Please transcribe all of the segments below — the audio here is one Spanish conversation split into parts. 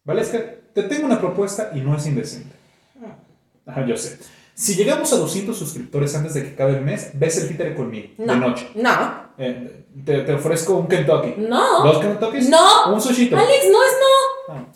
¿Vale? Es que te tengo una propuesta y no es indecente. Ajá, yo sé. Si llegamos a 200 suscriptores antes de que acabe el mes, ves el títere conmigo. No. De noche. No. Te ofrezco un Kentucky. No. 2 Kentuckys. No. Un sushito. Alex, no es no. Ah.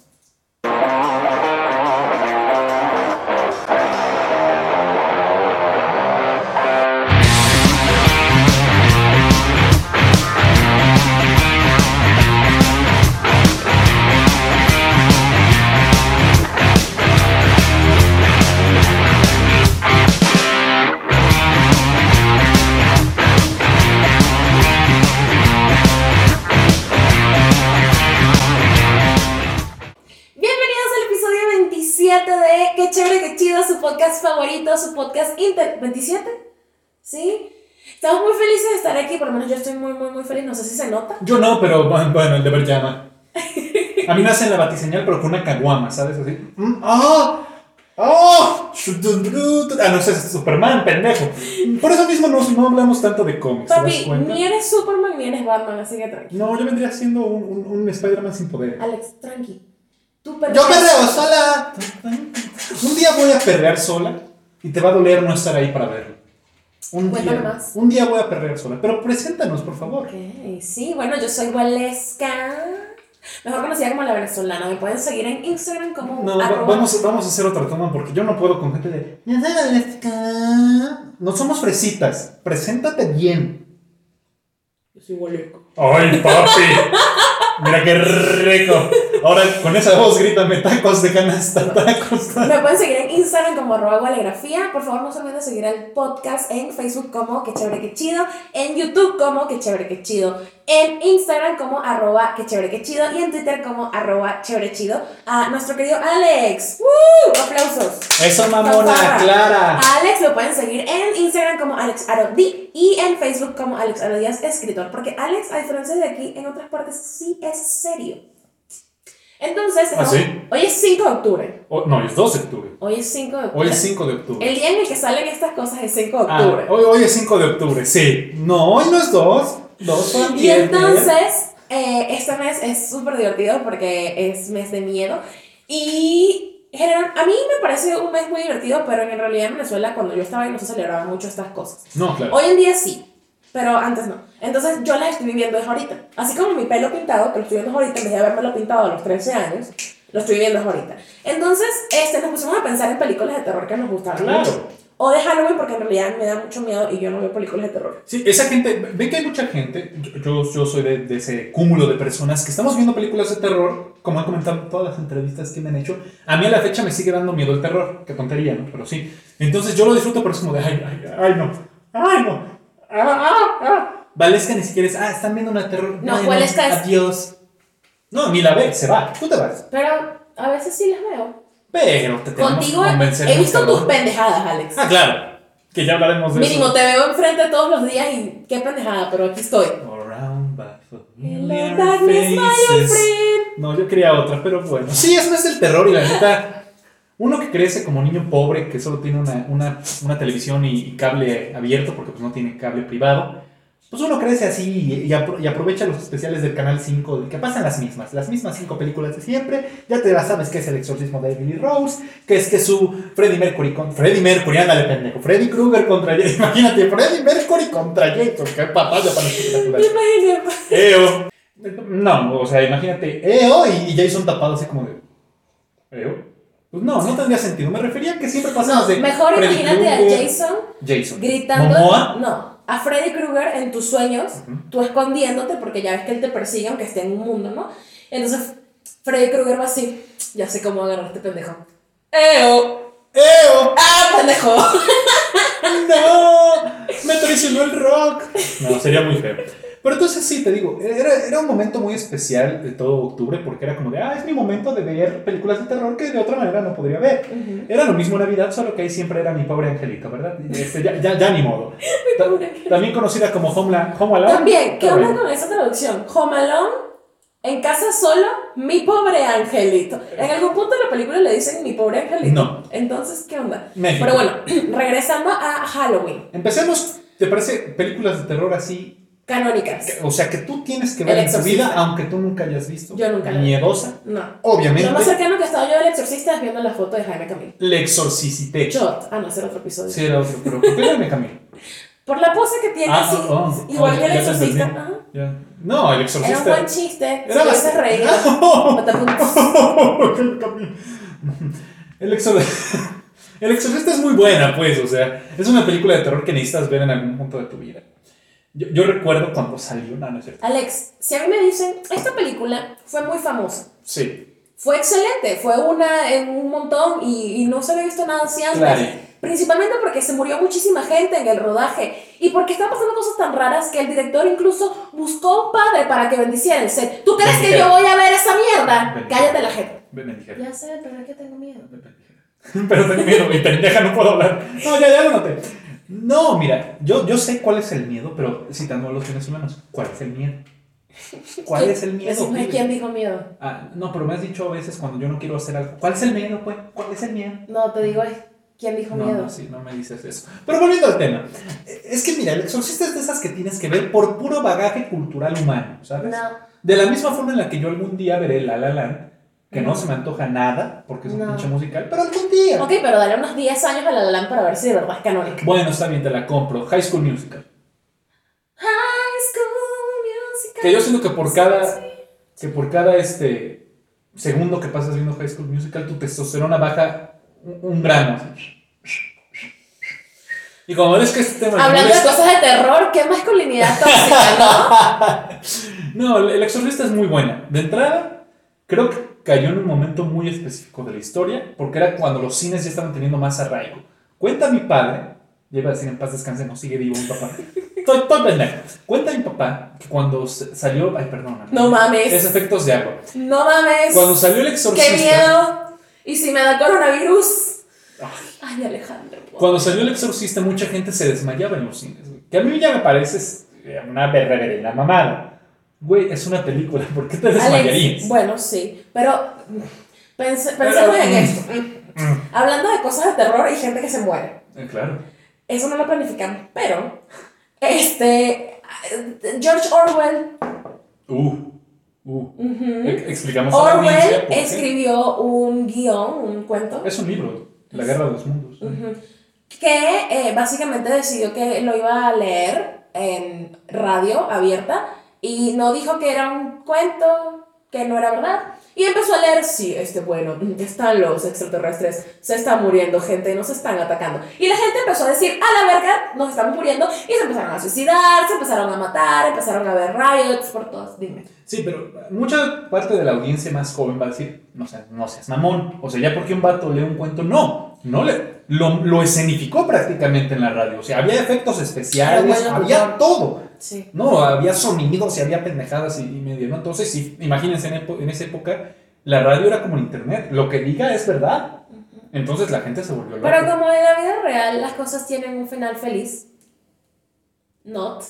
Qué chévere, qué chido, su podcast favorito, su podcast 27, ¿sí? Estamos muy felices de estar aquí, por lo menos yo estoy muy feliz, no sé si se nota. Yo no, pero bueno, el deber llama. A mí me hacen la batiseñal, pero con una caguama, ¿sabes? Así. No sé, es Superman, pendejo. Por eso mismo no hablamos tanto de cómics. Papi, ni eres Superman ni eres Batman, así que tranqui. No, yo vendría siendo un Spider-Man sin poder. Alex, tranqui. Yo perreo sola. Un día voy a perrear sola y te va a doler no estar ahí para verlo. Un día voy a perrear sola. Pero preséntanos, por favor. Ok, sí, bueno, yo soy Waleska, mejor conocida como la venezolana. Me pueden seguir en Instagram como vamos a hacer otra toma porque yo no puedo con gente de yo soy Waleska. No somos fresitas. Preséntate bien. Yo soy Waleska. Ay, papi. Mira qué rico. Ahora con esa voz grítame tacos de canasta, tacos. Me pueden seguir en Instagram como @Walegrafía. Por favor, no se olviden de seguir al podcast en Facebook como Que Chévere Que Chido, en YouTube como Que Chévere Que Chido, en Instagram como @Que Chévere Que Chido y en Twitter como @Chévere Chido. A nuestro querido Alex. ¡Aplausos! Eso, mamona, Clara. A Alex lo pueden seguir en Instagram como Alex Aro D y en Facebook como Alex Aro Díaz, escritor. Porque Alex, a diferencia de aquí, en otras partes sí es serio. Entonces, hoy es 5 de octubre. No, es 12 de octubre. Hoy es 5 de octubre. Hoy es 5 de octubre. El día en el que salen estas cosas es 5 de octubre. Hoy es 5 de octubre, sí. No, hoy no es 2. 2 son 10. Y entonces, este mes es súper divertido porque es mes de miedo. Y a mí me parece un mes muy divertido, pero en realidad en Venezuela, cuando yo estaba ahí, no se celebraban mucho estas cosas. No, claro. Hoy en día sí, pero antes no. Entonces yo la estoy viviendo desde ahorita. Así como mi pelo pintado, que lo estoy viendo ahorita, en vez de habérmelo pintado a los 13 años, lo estoy viviendo ahorita. Entonces, nos pusimos a pensar en películas de terror que nos gustaron mucho. O de Halloween, porque en realidad me da mucho miedo y yo no veo películas de terror. Sí, esa gente, ven que hay mucha gente, yo soy de ese cúmulo de personas que estamos viendo películas de terror, como he comentado en todas las entrevistas que me han hecho. A mí a la fecha me sigue dando miedo el terror, qué tontería, ¿no? Pero sí. Entonces yo lo disfruto, pero es como de, ay, no. Valeska ni siquiera es, están viendo una terror. No, Waleska es. Adiós. No, ni la ve, se va, tú te vas. Pero a veces sí las veo. Pero te tenemos contigo que convencer. He visto tus pendejadas, Alex. Claro. Que ya hablaremos de Mínimo, eso. te veo enfrente todos los días y qué pendejada, pero aquí estoy. Around by Hello, darkness, my old friend. No, yo quería otra, pero bueno. Sí, eso es el terror y la neta. Uno que crece como niño pobre que solo tiene una televisión y cable abierto porque pues no tiene cable privado, pues uno crece así y aprovecha los especiales del Canal 5 que pasan las mismas 5 películas de siempre. Ya te la sabes que es El Exorcismo de Emily Rose, que es que su Freddie Mercury, ándale pendejo, Freddy Krueger contra Jason. Imagínate, Freddie Mercury contra Jason, qué papaya tan espectacular. Imagínate. No, o sea, imagínate, y Jason tapado así como de pues no tendría sentido. Me refería a que siempre pasamos de mejor Freddy imagínate Krueger, a Jason gritando. ¿Momoa? No, a Freddy Krueger en tus sueños, tú escondiéndote porque ya ves que él te persigue aunque esté en un mundo, ¿no? Entonces Freddy Krueger va así, ya sé cómo agarrar a este pendejo. Pendejo. No, me traicionó el rock. No, sería muy feo. Pero entonces sí, te digo, era un momento muy especial de todo octubre porque era como de, es mi momento de ver películas de terror que de otra manera no podría ver. Era lo mismo Navidad, solo que ahí siempre era Mi Pobre Angelito, ¿verdad? Ya ni modo. También conocida como Home Alone. También, ¿qué onda con esa traducción? Home Alone, en casa solo, Mi Pobre Angelito. En algún punto de la película le dicen Mi Pobre Angelito. No. Entonces, ¿qué onda? México. Pero bueno, regresando a Halloween. Empecemos, ¿te parece películas de terror así Canónicas. O sea, que tú tienes que ver El en tu Exorcista. vida, aunque tú nunca hayas visto. Yo nunca la vi. Miedosa. No. Obviamente. Lo más cercano que he estado yo del Exorcista es viendo la foto de Jaime Camil. Le exorcicité. Shot. Ah, no, ese era otro episodio. Sí, era otro, pero ¿por qué me cambió? Por la pose que tiene, sí. Igual que el ya te Exorcista. entendí. Ajá. Ya. No, el Era exorcista. un buen chiste. Era Si hubiese reído. El exorcista. El exorcista es muy buena, pues, o sea, es una película de terror que necesitas ver en algún punto de tu vida. Yo recuerdo cuando salió, no es cierto. Alex, si a mí me dicen, esta película fue muy famosa. Sí. Fue excelente, fue una en un montón y no se había visto nada así antes. Claro. Principalmente porque se murió muchísima gente en el rodaje y porque están pasando cosas tan raras que el director incluso buscó un padre para que bendiciera el set. ¿Tú crees que yo voy a ver esa mierda? Cállate la gente. Bendijera. Ya sé, pero es que tengo miedo. Pero tengo miedo, mi pendeja, no puedo hablar. No, ya lo noté. No, mira, yo sé cuál es el miedo, pero citando a los venezolanos, ¿cuál es el miedo? ¿Cuál es el miedo? Decime quién dijo miedo. Ah, no, pero me has dicho a veces cuando yo no quiero hacer algo. ¿Cuál es el miedo, pues? ¿Cuál es el miedo? No, te digo quién dijo No, miedo. no, sí, no me dices eso. Pero volviendo al tema. Es que mira, el exorcista es de esas que tienes que ver por puro bagaje cultural humano, ¿sabes? No. De la misma forma en la que yo algún día veré La La Land, que no se me antoja nada, porque es un pinche musical, pero algún día. Ok, pero dale unos 10 años a La La Land para ver si de verdad es canónica. Bueno, está bien, te la compro. High School Musical. High School Musical. Que yo siento que por cada segundo que pasas viendo High School Musical, tu testosterona baja un gramo. Y como ves que este tema... Hablando de cosas de terror, qué masculinidad tóxica, ¿no? No, El Exorcista es muy buena. De entrada, creo que cayó en un momento muy específico de la historia, porque era cuando los cines ya estaban teniendo más arraigo. Cuenta mi padre, ya iba a decir en paz descanse, no sigue vivo mi papá. Estoy pendejo. Cuenta mi papá que cuando salió... Ay, perdona. No mames. Es efectos de agua. No mames. Cuando salió El Exorcista... ¡Qué miedo! ¿Y si me da coronavirus? Ay, Alejandro. Cuando salió El Exorcista, mucha gente se desmayaba en los cines. Que a mí ya me parece una reverenda mamada. Güey, es una película, ¿por qué te desmayarías? Alex, bueno, sí, pero pensemos en esto. Hablando de cosas de terror y gente que se muere. Claro. Eso no lo planificamos, pero George Orwell. Explicamos a la audiencia Orwell por qué. escribió un guión, un cuento. Es un libro, La Guerra de los Mundos. Que básicamente decidió que lo iba a leer en radio abierta y no dijo que era un cuento, que no era verdad. Y empezó a leer, sí, bueno, están los extraterrestres, se está muriendo gente, nos están atacando. Y la gente empezó a decir, a la verga, nos estamos muriendo. Y se empezaron a suicidar, se empezaron a matar, empezaron a haber riots por todos. Dime. Sí, pero mucha parte de la audiencia más joven va a decir, no seas mamón. O sea, ya porque un vato lee un cuento, lo escenificó prácticamente en la radio. O sea, había efectos especiales, había todo. Sí. No, había sonidos y había pendejadas y medio, ¿no? Entonces, sí, imagínense, en esa época, la radio era como el internet. Lo que diga es verdad. Entonces la gente se volvió loca. Pero como en la vida real las cosas tienen un final feliz. Not.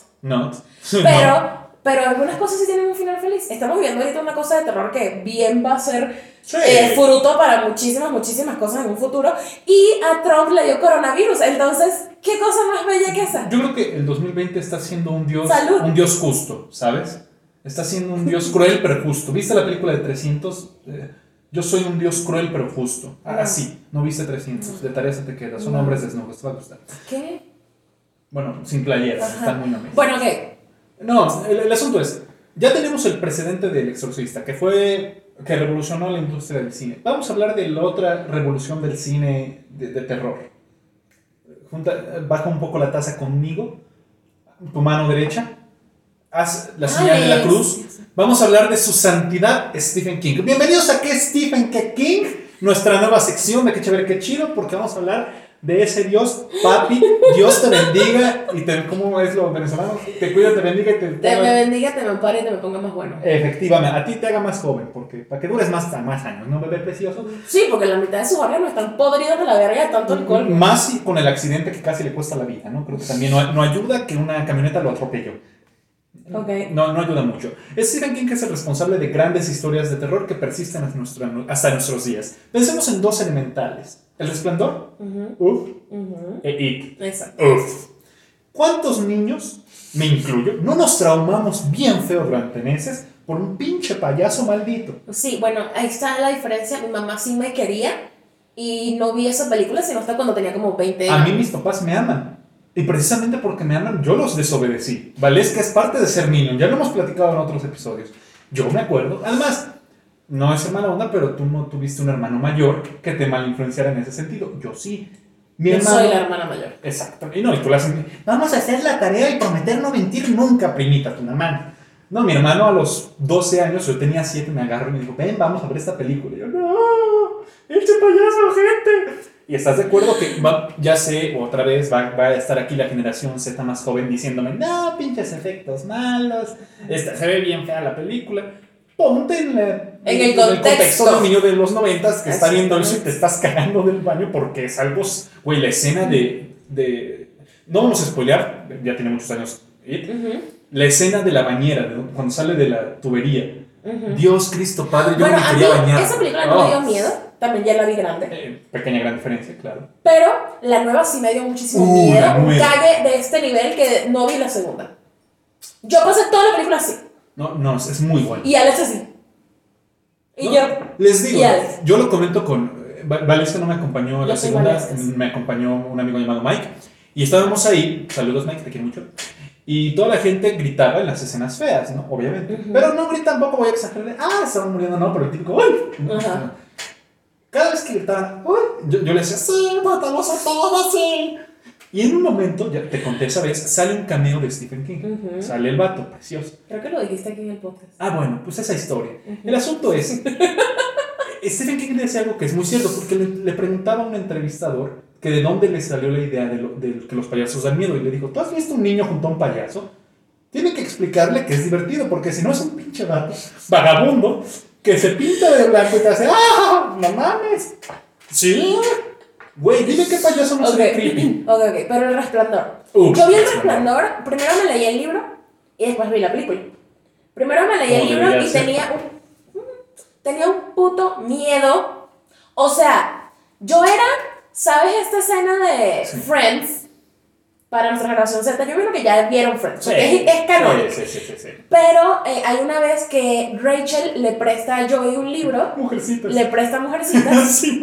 Pero algunas cosas sí tienen un final feliz. Estamos viendo ahorita una cosa de terror que bien va a ser fruto para muchísimas cosas en un futuro. Y a Trump le dio coronavirus. Entonces, ¿qué cosa más bella que esa? Yo creo que el 2020 está siendo un dios justo, ¿sabes? Está siendo un dios cruel pero justo. ¿Viste la película de 300? Yo soy un dios cruel pero justo. Así. ¿No viste 300? De tarea se te queda. Son hombres desnudos. Te va a gustar. ¿Qué? Bueno, sin playeras. Están muy honestos. Bueno, ok. No, el asunto es, ya tenemos el precedente del Exorcista, que revolucionó la industria del cine. Vamos a hablar de la otra revolución del cine de terror. Baja un poco la taza conmigo, tu mano derecha, haz la señal de la cruz. Vamos a hablar de su santidad Stephen King. Bienvenidos a ¿Qué Stephen King? Nuestra nueva sección de Qué Chévere, Qué Chido, porque vamos a hablar de ese Dios, papi, Dios te bendiga ¿cómo es lo venezolano? Te cuida, te bendiga y te me bendiga, te me ampare y te me ponga más bueno. Efectivamente, a ti te haga más joven, porque para que dures más años, ¿no, bebé precioso? Sí, porque la mitad de sus órganos están podridos de la verga de tanto alcohol. Más y con el accidente que casi le cuesta la vida, ¿no? Creo que también no ayuda que una camioneta lo atropelló. Okay. No ayuda mucho. Stephen King es el responsable de grandes historias de terror que persisten hasta nuestros días. Pensemos en dos elementales. El Resplandor, e It. Exacto. ¿Cuántos niños me incluyo, no nos traumamos bien feo durante meses por un pinche payaso maldito. Sí, bueno, ahí está la diferencia. Mi mamá sí me quería y no vi esa película sino hasta cuando tenía como 20 años. A mí mis papás me aman. Y precisamente porque me aman, yo los desobedecí. Valesca es parte de ser niño. Ya lo hemos platicado en otros episodios. Yo me acuerdo. Además, no es mala onda, pero tú no tuviste un hermano mayor que te malinfluenciara en ese sentido. Yo sí. Yo soy la hermana mayor. Exacto. Y no, y tú la haces. Vamos a hacer la tarea y prometer no mentir nunca, primita, tu mamá. No, mi hermano a los 12 años, yo tenía 7, me agarró y me dijo, ven, vamos a ver esta película. Y yo, no, este payaso, gente. Y estás de acuerdo que ya sé, otra vez va a estar aquí la generación Z más joven diciéndome, no, pinches efectos malos, se ve bien fea la película. Ponte en el contexto de un niño de los 90 que está viendo eso y te estás cagando del baño porque es algo, güey, la escena de no vamos a spoilear, ya tiene muchos años, la escena de la bañera, cuando sale de la tubería. Dios Cristo Padre, yo no me quería bañar. Esa película no me dio miedo, también ya la vi grande. Pequeña gran diferencia, claro. Pero la nueva sí me dio muchísimo miedo, un cague de este nivel que no vi la segunda. Yo pasé toda la película así. No, es muy bueno. Y Alex así. Y no, yo. Les digo, yo lo comento con. Valesca no me acompañó a la segunda, me acompañó un amigo llamado Mike. Y estábamos ahí, saludos Mike, te quiero mucho. Y toda la gente gritaba en las escenas feas, ¿no? Obviamente. Pero no gritan, tampoco voy a exagerar. Estaban muriendo, no, pero el típico, ¡uy! Cada vez que gritaban, ¡uy! Yo le decía, ¡sí, matamos a todos, sí! Y en un momento, ya te conté esa vez, sale un cameo de Stephen King. Sale el vato, precioso. Creo que lo dijiste aquí en el podcast. Bueno, pues esa historia. El asunto es, Stephen King decía algo que es muy cierto, porque le preguntaba a un entrevistador que de dónde le salió la idea de que los payasos dan miedo. Y le dijo, ¿tú has visto un niño junto a un payaso? Tiene que explicarle que es divertido, porque si no es un pinche vato, vagabundo, que se pinta de blanco y te hace, ¡ah! ¡No mames! ¿Sí? Güey, dime qué payaso no sería creepy. Ok, pero El Resplandor. Yo vi El Resplandor, primero me leí el libro y después vi la película. Primero me leí el libro y tenía un puto miedo. O sea, yo era... ¿Sabes esta escena de Friends? Para nuestra generación Z, yo creo que ya vieron Friends, es canónico. Sí. Pero hay una vez que Rachel le presta a Joey un libro. Mujercitas. Le presta Mujercitas. Sí,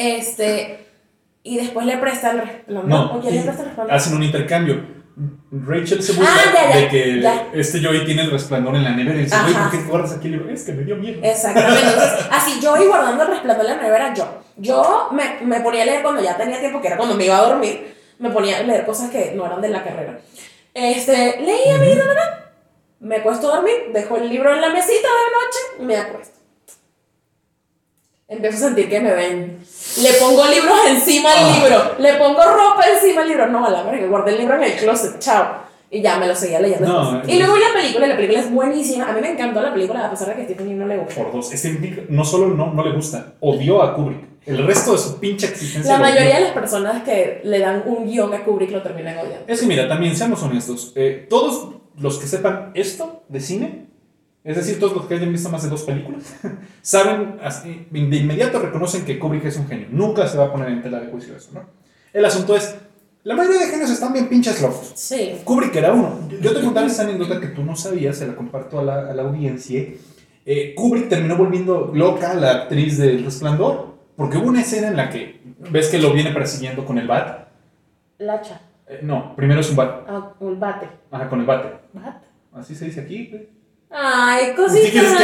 y después le presta El Resplandor. No, ¿O le presta El Resplandor? hacen un intercambio. Rachel se burla de que este Joey tiene El Resplandor en la nevera y dice, güey, ¿por qué guardas aquí el libro? Es que me dio miedo. Exactamente. Entonces, así, Joey guardando El Resplandor en la nevera, yo me ponía a leer cuando ya tenía tiempo, que era cuando me iba a dormir, me ponía a leer cosas que no eran de la carrera. Leía mi vida, me acuesto a dormir, dejo el libro en la mesita de noche, me acuesto. Empiezo a sentir que me ven. Le pongo libros encima del libro, le pongo ropa encima del libro. No, a la verga, guardé el libro en el closet, chao. Y ya me lo seguía leyendo. Y luego vi la película es buenísima. A mí me encantó la película, a pesar de que a Stephen King no le gusta. Por dos, Stephen King no solo no le gusta, odió a Kubrick. El resto de su pinche existencia. La mayoría de las personas que le dan un guión a Kubrick lo terminan odiando. Es que mira, también seamos honestos. Todos los que sepan esto de cine, es decir, todos los que hayan visto más de 2 películas, saben, de inmediato reconocen que Kubrick es un genio. Nunca se va a poner en tela de juicio eso, ¿no? El asunto es, la mayoría de genios están bien pinches locos. Sí. Kubrick era uno. Yo te contaré esa anécdota que tú no sabías, se la comparto a la audiencia. Kubrick terminó volviendo loca a la actriz de El Resplandor, porque hubo una escena en la que ves que lo viene persiguiendo con el bat. El hacha. No, primero es un bat. Un bate. Ajá, con el bate. ¿Bat? Así se dice aquí. Ay, cosita.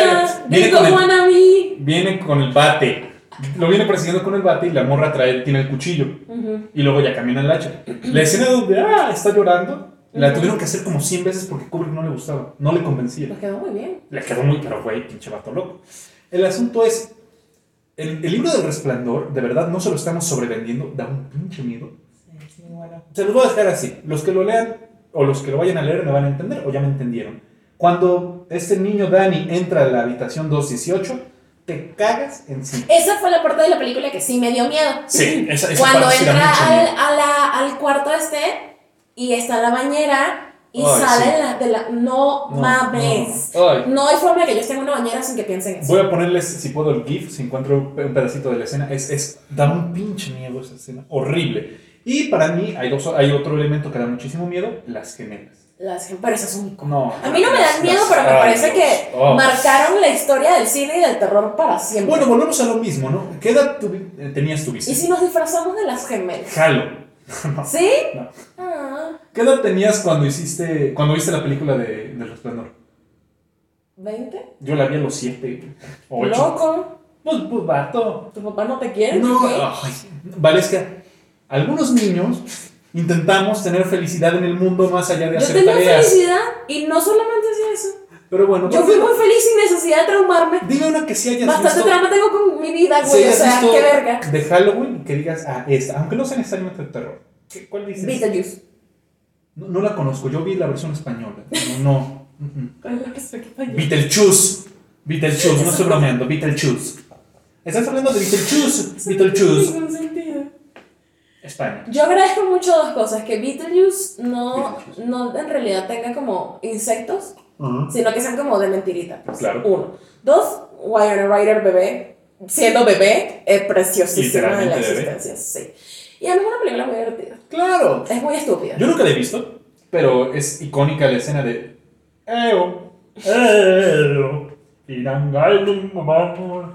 Viene con el bate. Lo viene persiguiendo con el bate y la morra tiene el cuchillo. Y luego ya camina el hacha. La escena donde está llorando, la tuvieron que hacer como 100 veces porque Kubrick no le gustaba, no le convencía. Le quedó muy bien. Pero güey, pinche vato loco. El asunto es, el libro del Resplandor, de verdad, no se lo estamos sobrevendiendo, da un pinche miedo. Sí, bueno. Se los voy a dejar así. Los que lo lean o los que lo vayan a leer me van a entender o ya me entendieron. Cuando este niño Danny entra a la habitación 218, te cagas encima. Esa fue la parte de la película que sí me dio miedo. Sí, esa cuando parte entra al cuarto y está la bañera y sale de la... No mames. No hay forma de que yo esté en una bañera sin que piensen eso. Voy a ponerles, si puedo, el GIF, si encuentro un pedacito de la escena. Da un pinche miedo esa escena. Horrible. Y para mí hay otro elemento que da muchísimo miedo, las gemelas. Pero eso es un icono. No. A mí no me dan miedo, pero me parece que marcaron la historia del cine y del terror para siempre. Bueno, volvemos a lo mismo, ¿no? ¿Qué edad tenías tu bici? ¿Y si nos disfrazamos de las gemelas? Jalo. No. ¿Sí? No. Ah, ¿Qué edad tenías cuando viste la película de Resplandor? ¿20? Yo la vi a los 7, 8. Loco. Pues vato. ¿Tu papá no te quiere? No, ¿Qué? ay, vale, es que algunos niños intentamos tener felicidad en el mundo más allá de Yo hacer tenía tareas. felicidad y no solamente hacía eso. Pero bueno, Yo fui muy feliz sin necesidad de traumarme. dime una que sí hayas Bastante visto. trauma tengo con mi vida, Si güey. O hayas sea, visto qué verga. de Halloween que digas, esta, aunque no sea necesariamente de terror. ¿Cuál dices? Beetlejuice. No la conozco, yo vi la versión española. No. ¿Cuál es la que se falló? Beetlejuice, no estoy bromeando, Beetlejuice. ¿Estás hablando de Beetlejuice? Ningún sentido. España. Yo agradezco mucho dos cosas: que Beetlejuice no en realidad tenga como insectos, sino que sean como de mentirita. Pues. Claro. 1. 2. Winona Ryder bebé, siendo bebé, preciosísima en la Literalmente existencia. Sí. Y además es una película muy divertida. Claro. Es muy estúpida. Yo nunca la he visto, pero es icónica la escena de Pirangalum, mamá.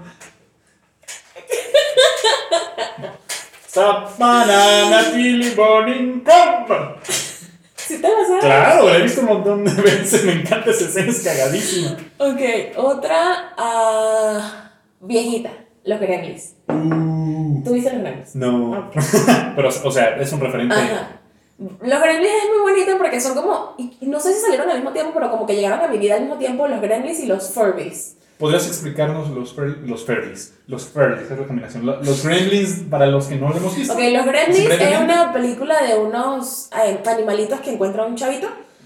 Banana chili morning come. ¿Sí te la sabes? Claro, la he visto un montón de veces, me encanta esa escena, es cagadísima. Ok, otra viejita, los Gremlins. ¿Tú viste los Gremlins? No. Ok. Pero, o sea, es un referente. Ajá. Los Gremlins es muy bonito porque son como, y no sé si salieron al mismo tiempo, pero como que llegaron a mi vida al mismo tiempo los Gremlins y los Furbies. ¿Podrías explicarnos los Furbies? Los Furbies, es la combinación. Los Gremlins, para los que no lo hemos visto. Ok, los Gremlins es Brevemente. una película de unos animalitos que encuentra un chavito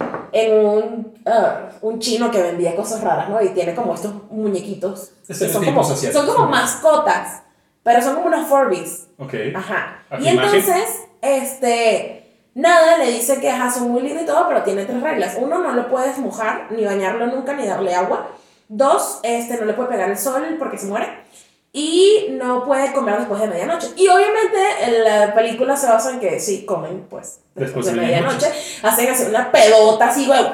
en un chino que vendía cosas raras, ¿no? Y tiene como estos muñequitos. Que Estereotipos asiáticos. son como mascotas, pero son como unos Furbies. Ok. Ajá. ¿A Y tu imagen? entonces, nada, le dice que son muy lindos y todo, pero tiene 3 reglas. 1, no lo puedes mojar, ni bañarlo nunca, ni darle agua. 2, no le puede pegar el sol porque se muere. Y no puede comer después de medianoche. Y obviamente la película se basa en que sí, comen pues después de medianoche. Hacen así una pedota así, güey.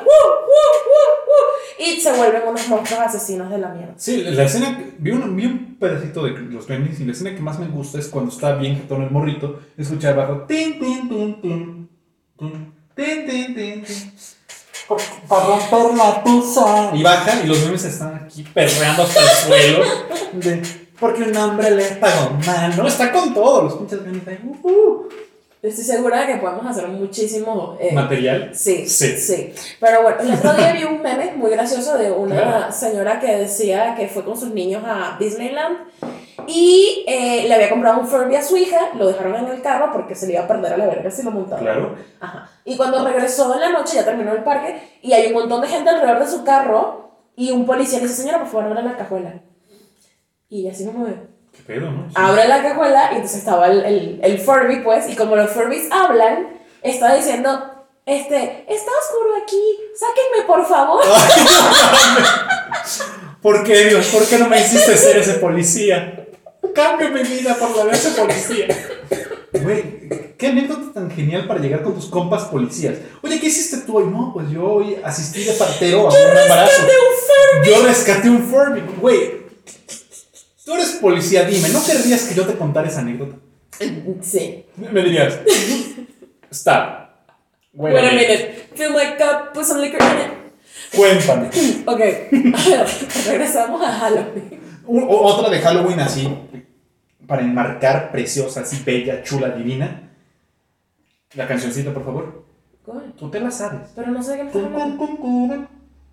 Y se vuelven unos monstruos asesinos de la mierda. Sí, la escena, vi un pedacito de los Gremlins y la escena que más me gusta es cuando está bien jetón el morrito, escuchar abajo tin, tin, tin, tin, tin, tin, tin, tin, tin. Para romper la tusa. Y baja y los memes están aquí perreando hasta el suelo. Porque un hombre le pagó mal. No, está con todos los pinches memes ahí. Estoy segura de que podemos hacer muchísimo ¿Material? Sí. Pero bueno, el otro día vi un meme muy gracioso de una señora que decía que fue con sus niños a Disneyland y le había comprado un Furby a su hija, lo dejaron en el carro porque se le iba a perder a la verga si lo montaba. Claro. Ajá. Y cuando regresó en la noche, ya terminó el parque y hay un montón de gente alrededor de su carro y un policía le dice: señora, por favor, abra la cajuela. Y así como ve. ¿Qué pedo, no? Sí. Abre la cajuela y entonces estaba el Furby, pues, y como los Furbies hablan, estaba diciendo, está oscuro aquí, sáquenme por favor. ¿Por qué, Dios? ¿Por qué no me hiciste ser ese policía? Cambio mi vida por la de ese policía. Güey, qué anécdota tan genial para llegar con tus compas policías. Oye, ¿qué hiciste tú hoy? No, pues yo hoy asistí de partero a un embarazo. Yo rescaté un Furby. Güey, tú eres policía, dime, ¿no querrías que yo te contara esa anécdota? Sí. Me dirías, stop. Wait a minute. Feel like God put some liquor in it. Cuéntame. Ok. Regresamos a Halloween. Otra de Halloween así, para enmarcar, preciosa, así, bella, chula, divina. La cancioncita, por favor. ¿Cuál? Tú te la sabes. Pero no sé qué me estás hablando.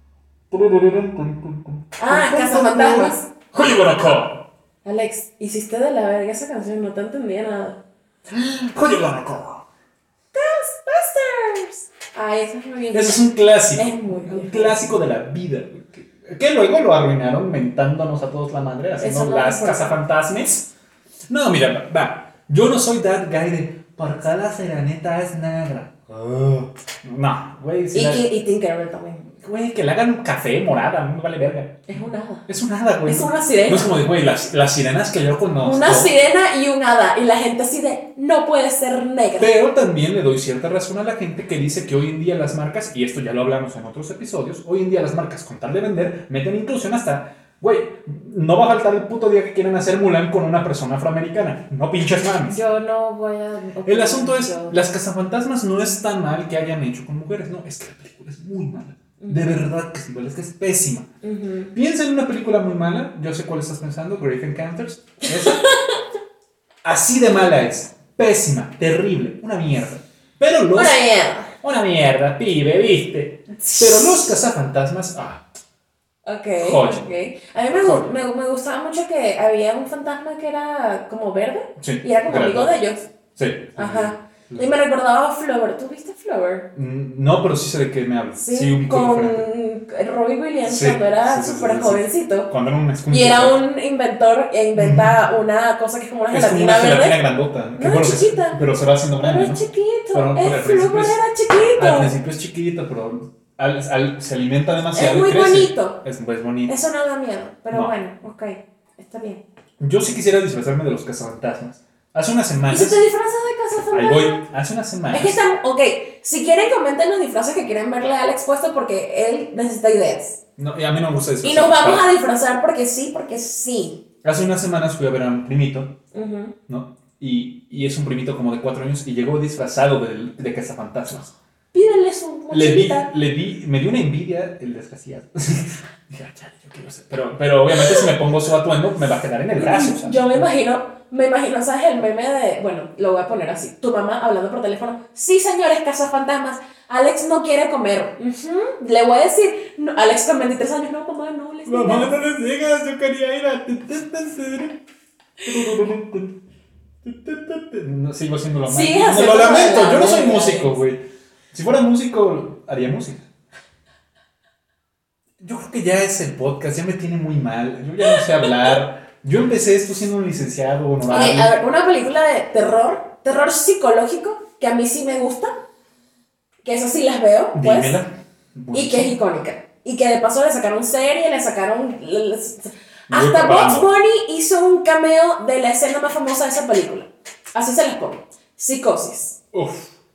Cazafantasmas. Who you gonna call? Alex, hiciste de la verga esa canción, no te entendía nada. Who you gonna call? Ghostbusters. Ay, eso es muy bien. Ese es un clásico. Es muy bien. Un clásico de la vida. Que luego lo arruinaron mentándonos a todos la madre, haciendo Eso no las me importa. cazafantasmas. No, mira, va. Yo no soy that guy de ¿por qué la serenita es negra? No, güey. Y Tinkerbell también. güey, que le hagan un café morada, no me vale verga. Es un hada. Es un hada, güey. Es una sirena. No es como de, güey, las sirenas que yo conozco. Una sirena y un hada. Y la gente así de, no puede ser negra. Pero también le doy cierta razón a la gente que dice que hoy en día las marcas, y esto ya lo hablamos en otros episodios, hoy en día las marcas con tal de vender, meten inclusión hasta, güey, no va a faltar el puto día que quieren hacer Mulan con una persona afroamericana. No pinches mames. Yo no voy a... El asunto es, las cazafantasmas no es tan mal que hayan hecho con mujeres, no, es que la película es muy mala. De verdad que sí, es que es pésima. Piensa en una película muy mala, yo sé cuál estás pensando, Grave Encounters. Esa. Así de mala es, pésima, terrible, una mierda. Pero los... Una mierda, pibe, ¿viste? Pero los cazafantasmas, Ok. Joya. A mí me gustaba mucho que había un fantasma que era como verde. Sí, Y era como amigo de ellos. Sí. Ajá. Y me recordaba a Flower. ¿Tú viste Flower? No, pero sí sé de qué me hablas. Sí, ubico con diferente. Robbie Williams Sí, cuando era sí, súper sí. jovencito. Cuando era un Y era un inventor e inventa una cosa que es como una es como gelatina una gelatina verde. grandota. No, bueno, chiquita. pero se va haciendo Pero grande, es ¿no? chiquito. Pero al El principio Flower es- era chiquito. Al principio es chiquito, pero se alimenta demasiado. Es muy y crece. bonito. Es bonito. Eso no da miedo. Pero No. bueno, ok. Está bien. Yo sí quisiera disfrazarme de los cazafantasmas. Hace unas ¿Y semanas. si te disfrazas de Ahí cazafantasmas? voy. Hace unas semanas. Es que están, ok, si quieren comenten los disfraces que quieren verle al expuesto porque él necesita ideas. No, y a mí no me gusta Y disfrazar. nos vamos a disfrazar porque sí. Hace unas semanas fui a ver a un primito, Ujú. ¿no? Y es un primito como de 4 años y llegó disfrazado de cazafantasmas. Pídele su mochilita. Me dio una envidia el desgraciado. Dije, chale, yo quiero ser. Pero obviamente si me pongo su atuendo me va a quedar en el brazo. ¿sabes? Yo me imagino, ¿sabes? El meme de, bueno, lo voy a poner así, tu mamá hablando por teléfono, sí señores cazafantasmas, Alex no quiere comer. Le voy a decir, no, Alex con 23 años, no mamá, no les digas. Mamá, no les digas, yo quería ir a... No, sigo haciendo lo Sigues malo. No, haciendo lo lamento, la yo no soy verga, músico, güey. Si fuera músico, haría música. Yo creo que ya es el podcast, ya me tiene muy mal. Yo ya no sé hablar. Yo empecé esto siendo un licenciado honorable. Ok, a ver, una película de terror psicológico, que a mí sí me gusta, que eso sí las veo, pues, Dímela. y que es icónica. Y que de paso le sacaron serie, le sacaron... Voy Hasta preparando. Bugs Bunny hizo un cameo de la escena más famosa de esa película. Así se las pongo. Psicosis. Uf.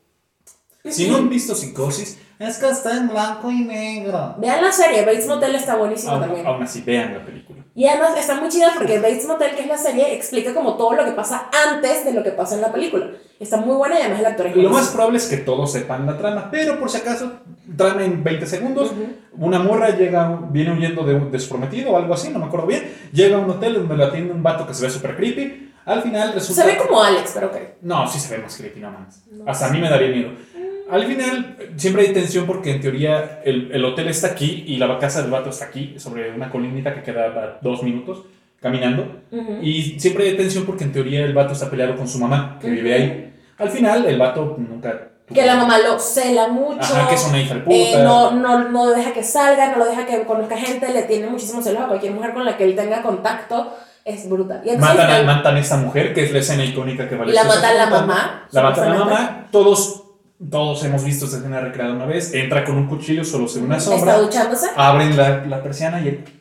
Si no han visto Psicosis, es que está en blanco y negro. Vean la serie, Bates Motel está buenísima también. Aún así, vean la película. Y además está muy chida porque Bates Motel, que es la serie, explica como todo lo que pasa antes de lo que pasa en la película. Está muy buena y además el actor es Lo más buenísimo. probable es que todos sepan la trama, pero por si acaso, trama en 20 segundos. Una morra viene huyendo de su prometido o algo así, no me acuerdo bien. Llega a un hotel donde la atiende un vato que se ve súper creepy. Al final resulta... Se ve como Alex, pero ok. No, sí se ve más creepy, no más. No Hasta a sé. mí me daría miedo. Al final, siempre hay tensión porque en teoría el hotel está aquí y la casa del vato está aquí, sobre una colinita que queda a 2 minutos caminando. Y siempre hay tensión porque en teoría el vato está peleado con su mamá, que vive ahí. Al final, el vato nunca... Que la mamá lo cela mucho. Ajá, que es una hija de puta. No deja que salga, no lo deja que conozca gente, le tiene muchísimos celos a cualquier mujer con la que él tenga contacto. Es brutal. Y entonces, Matan a esa mujer, que es la escena icónica que vale. y la matan la mamá. La matan a la supuestamente. mamá. Todos hemos visto esa escena recreada una vez. Entra con un cuchillo, solo se ve una sombra. Está duchándose. Abren la persiana y él...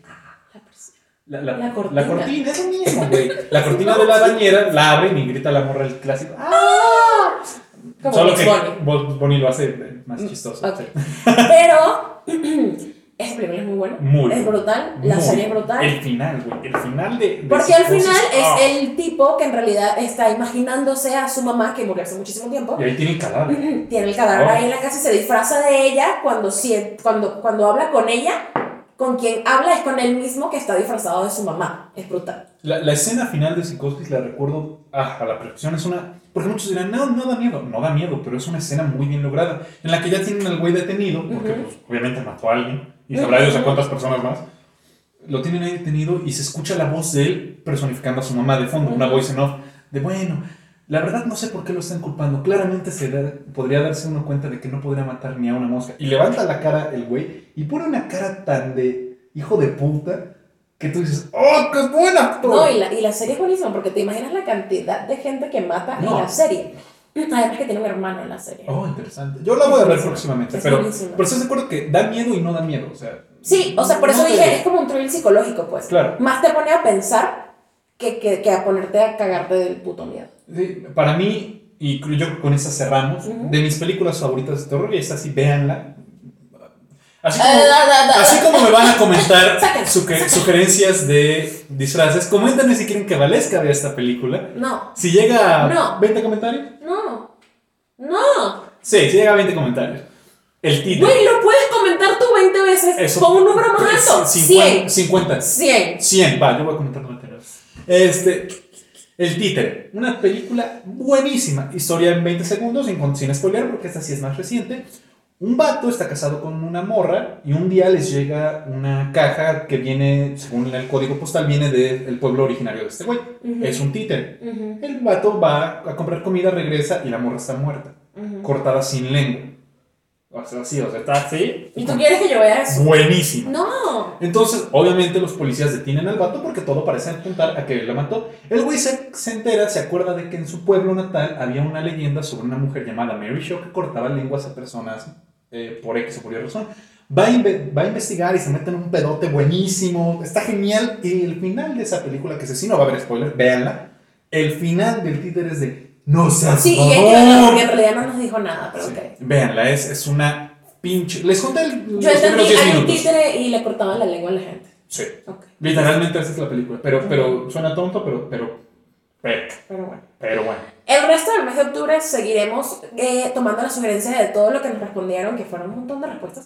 La cortina. La cortina, es lo mismo, güey. La cortina de la bañera la abren y grita la morra el clásico. Como Solo Bugs que Bunny. Bugs Bunny lo hace más chistoso. Ok. Sí. Pero esa película es muy buena. Muy es brutal. La muy serie es brutal. El final, güey. El final de Porque al Psicosis, final ah. es el tipo que en realidad está imaginándose a su mamá que murió hace muchísimo tiempo. Y ahí tiene el cadáver. Tiene el cadáver Oh. ahí en la casa y se disfraza de ella cuando habla con ella. Con quien habla es con él mismo que está disfrazado de su mamá. Es brutal. La escena final de Psicosis la recuerdo a la perfección. Es una... Porque muchos dirán, no da miedo. No da miedo, pero es una escena muy bien lograda. En la que ya tienen al güey detenido, porque pues, obviamente mató a alguien. Y sabrá Dios a cuántas personas más. Lo tienen ahí detenido y se escucha la voz de él personificando a su mamá de fondo. Una voice en off. De bueno, la verdad no sé por qué lo están culpando. Claramente podría darse uno cuenta de que no podría matar ni a una mosca. Y levanta la cara el güey y pone una cara tan de hijo de puta que tú dices, ¡oh, qué buen actor! No, y la serie es buenísima porque te imaginas la cantidad de gente que mata en No. la serie. Además que tiene un hermano en la serie. Oh, interesante. Yo la voy a ver próximamente, Es pero buenísima. ¿estás de acuerdo que da miedo y no da miedo? O sea, Sí, o sea, por eso no dije, te- es como un thrill psicológico, pues. Claro. Más te pone a pensar que a ponerte a cagarte del puto miedo. Sí, para mí, y yo con esa cerramos, de mis películas favoritas de terror, y esta sí, véanla. Así como me van a comentar sugerencias de disfraces, coméntenme si quieren que Valesca vea esta película. No, Si llega a No. 20 comentarios. no. Sí, si llega a 20 comentarios. El título. Güey, lo puedes comentar tú 20 veces Eso, con un número más alto. 100. 50. 100. 100, va, yo voy a comentar 99. El títere, una película buenísima, historia en 20 segundos, sin spoiler, porque esta sí es más reciente. Un vato está casado con una morra y un día les llega una caja que viene, según el código postal, viene del pueblo originario de este güey. Es un títere. El vato va a comprar comida, regresa y la morra está muerta, cortada sin lengua. O sea, así, o sea, está así. ¿Y tú quieres que yo vea eso? Buenísimo. No. Entonces, obviamente, los policías detienen al vato porque todo parece apuntar a que él la mató. El güey se entera, se acuerda de que en su pueblo natal había una leyenda sobre una mujer llamada Mary Shaw que cortaba lenguas a personas por X o por Y razón. Va a investigar y se mete en un pedote buenísimo. Está genial. Y el final de esa película, que si no va a haber spoiler, véanla. El final del títer es de no seas Sí, y mamón. en realidad no nos dijo nada, pero Sí, ok. véanla, es una pinche. Les conté los Yo entendí, primeros 10 hay un minutos. títere y le cortaban la lengua a la gente. Sí. Ok. Literalmente esa es la película. Pero suena tonto, pero Pero bueno. bueno. El resto del mes de octubre seguiremos tomando las sugerencias de todo lo que nos respondieron, que fueron un montón de respuestas,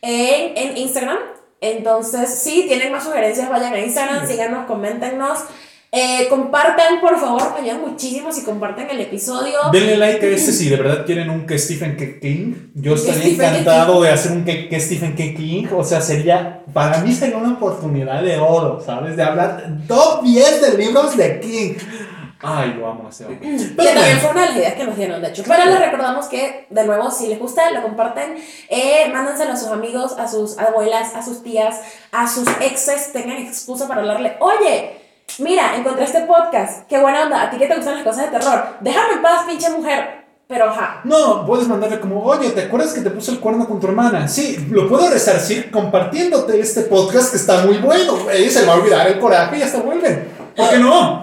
en Instagram. Entonces, si tienen más sugerencias, vayan a Instagram, síganos, coméntenos. Compartan, por favor, me ayudan muchísimo si comparten el episodio. Denle like a este si de verdad quieren un que Stephen K. King. Yo estaría Stephen encantado de hacer un que Stephen K. King. O sea, para mí sería una oportunidad de oro, ¿sabes? De hablar top 10 de libros de King. Ay, lo amo a ese hombre. Que también fue una de las ideas que nos dieron, de hecho. Pero les recordamos que, de nuevo, si les gusta, lo comparten. Mándenselo a sus amigos, a sus abuelas, a sus tías, a sus exes. Tengan excusa para hablarle. Oye, mira, encontré este podcast. Qué buena onda. A ti que te gustan las cosas de terror. Déjame en paz, pinche mujer. Pero ajá. No, puedes mandarle como, oye, ¿te acuerdas que te puso el cuerno con tu hermana? Sí, lo puedo resarcir compartiéndote este podcast que está muy bueno. Se le va a olvidar el coraje y hasta vuelven. ¿Por qué no?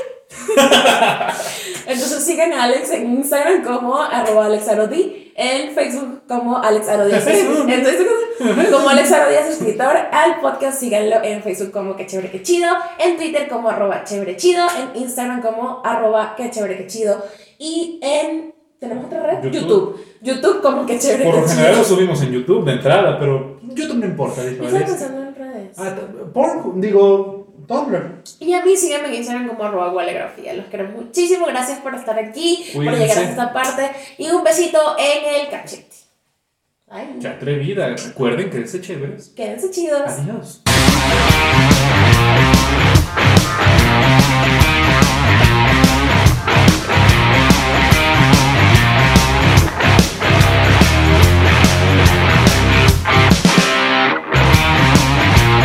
Entonces sigan a Alex en Instagram como @AlexArodi, en Facebook como AlexArodías, como AlexArodías escritor, al podcast síganlo en Facebook como Que Chévere Que Chido, en Twitter como @chévere chido, en Instagram como @que chévere que chido y en ¿tenemos otra red? YouTube como Que Chévere Por Que lo Chido. general lo subimos en YouTube de entrada, pero YouTube no importa. Yo estaba pensando en redes. Tumblr. Y a mí síganme en Instagram como @gualegrafía. Los quiero muchísimo. Gracias por estar aquí, por Cuídense. llegar a esta parte. Y un besito en el cachete. Ay, Qué atrevida. Recuerden que es chéveres. quédense chidos. Adiós.